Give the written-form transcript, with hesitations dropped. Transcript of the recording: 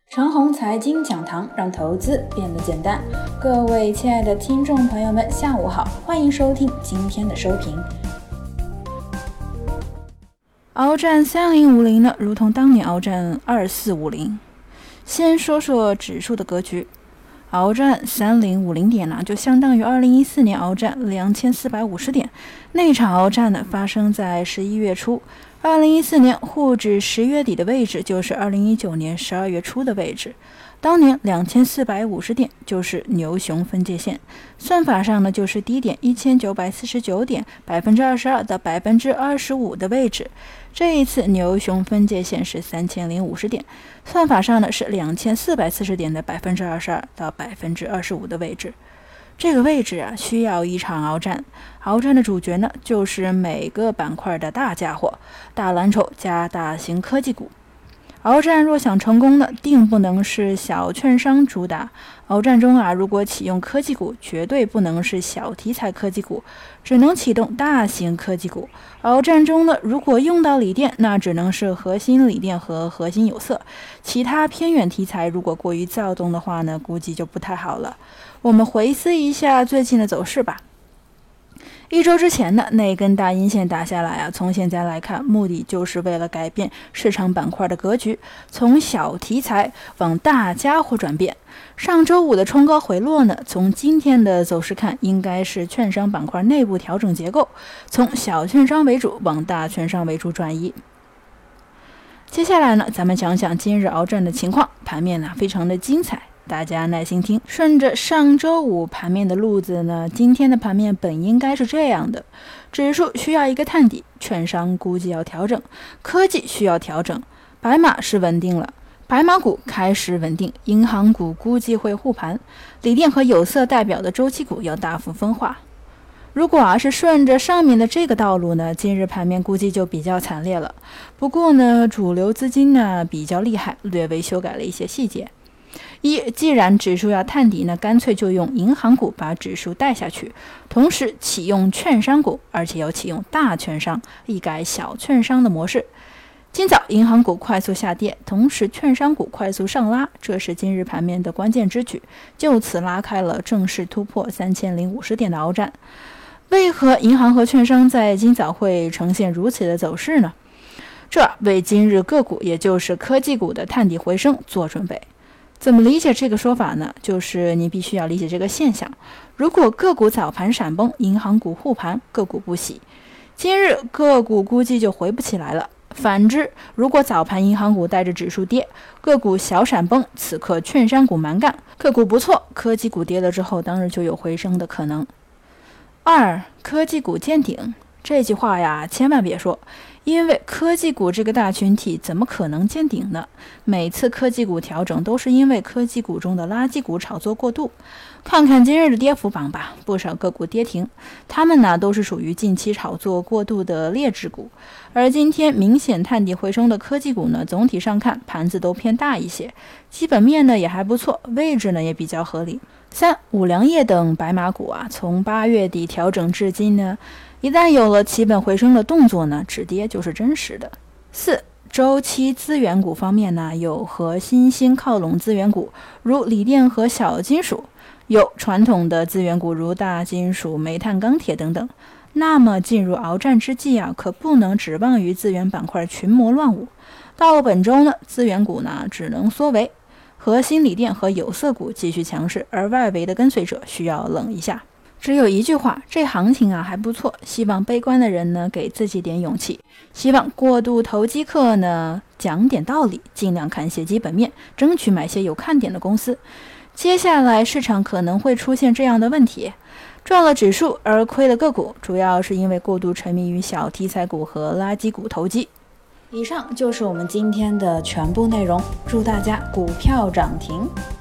长虹财经讲堂，让投资变得简单。各位亲爱的听众朋友们，下午好，欢迎收听今天的收评。鏖战3050呢，如同当年鏖战2450。先说说指数的格局，鏖战3050点呢，就相当于2014年鏖战2450点。那场鏖战呢，发生在11月初。2014年沪指10月底的位置就是2019年12月初的位置，当年2450点就是牛熊分界线，算法上呢就是低点1949点22%到25%的位置。这一次牛熊分界线是3050点，算法上呢是2440点的22%到25%的位置。这个位置啊，需要一场鏖战。鏖战的主角呢，就是每个板块的大家伙，大蓝筹加大型科技股。鏖战若想成功呢，定不能是小券商主打。鏖战中啊，如果启用科技股，绝对不能是小题材科技股，只能启动大型科技股。鏖战中呢，如果用到锂电，那只能是核心锂电和核心有色，其他偏远题材如果过于躁动的话呢，估计就不太好了。我们回思一下最近的走势吧。一周之前呢，那根大阴线打下来啊，从现在来看，目的就是为了改变市场板块的格局，从小题材往大家伙转变。上周五的冲高回落呢，从今天的走势看，应该是券商板块内部调整结构，从小券商为主往大券商为主转移。接下来呢，咱们讲讲今日鏖战的情况，盘面呢非常的精彩。大家耐心听，顺着上周五盘面的路子呢，今天的盘面本应该是这样的：指数需要一个探底，券商估计要调整，科技需要调整，白马是稳定了，白马股开始稳定，银行股估计会护盘，锂电和有色代表的周期股要大幅分化。如果是顺着上面的这个道路呢，今日盘面估计就比较惨烈了。不过呢，主流资金呢比较厉害，略微修改了一些细节。既然指数要探底呢，干脆就用银行股把指数带下去，同时启用券商股，而且要启用大券商，一改小券商的模式。今早银行股快速下跌，同时券商股快速上拉，这是今日盘面的关键之举，就此拉开了正式突破3050点的鏖战。为何银行和券商在今早会呈现如此的走势呢？这为今日个股，也就是科技股的探底回升做准备。怎么理解这个说法呢？就是你必须要理解这个现象：如果个股早盘闪崩，银行股护盘，个股不喜，今日个股估计就回不起来了。反之，如果早盘银行股带着指数跌，个股小闪崩，此刻券商股蛮干，个股不错，科技股跌了之后，当日就有回升的可能。二，科技股见顶，这句话呀，千万别说。因为科技股这个大群体怎么可能见顶呢？每次科技股调整都是因为科技股中的垃圾股炒作过度。看看今日的跌幅榜吧，不少个股跌停，它们呢都是属于近期炒作过度的劣质股。而今天明显探底回升的科技股呢，总体上看盘子都偏大一些，基本面呢也还不错，位置呢也比较合理。三，五粮液等白马股啊，从8月底调整至今呢，一旦有了企本回升的动作呢，止跌就是真实的。四，周期资源股方面呢，有和新兴靠拢资源股，如锂电和小金属，有传统的资源股，如大金属、煤炭、钢铁等等。那么进入鏖战之际啊，可不能指望于资源板块群魔乱舞。到了本周呢，资源股呢只能缩为核心锂电和有色股继续强势，而外围的跟随者需要冷一下。只有一句话，这行情啊还不错，希望悲观的人呢给自己点勇气，希望过度投机客呢讲点道理，尽量看些基本面，争取买些有看点的公司。接下来市场可能会出现这样的问题，赚了指数而亏了个股，主要是因为过度沉迷于小题材股和垃圾股投机。以上就是我们今天的全部内容，祝大家股票涨停。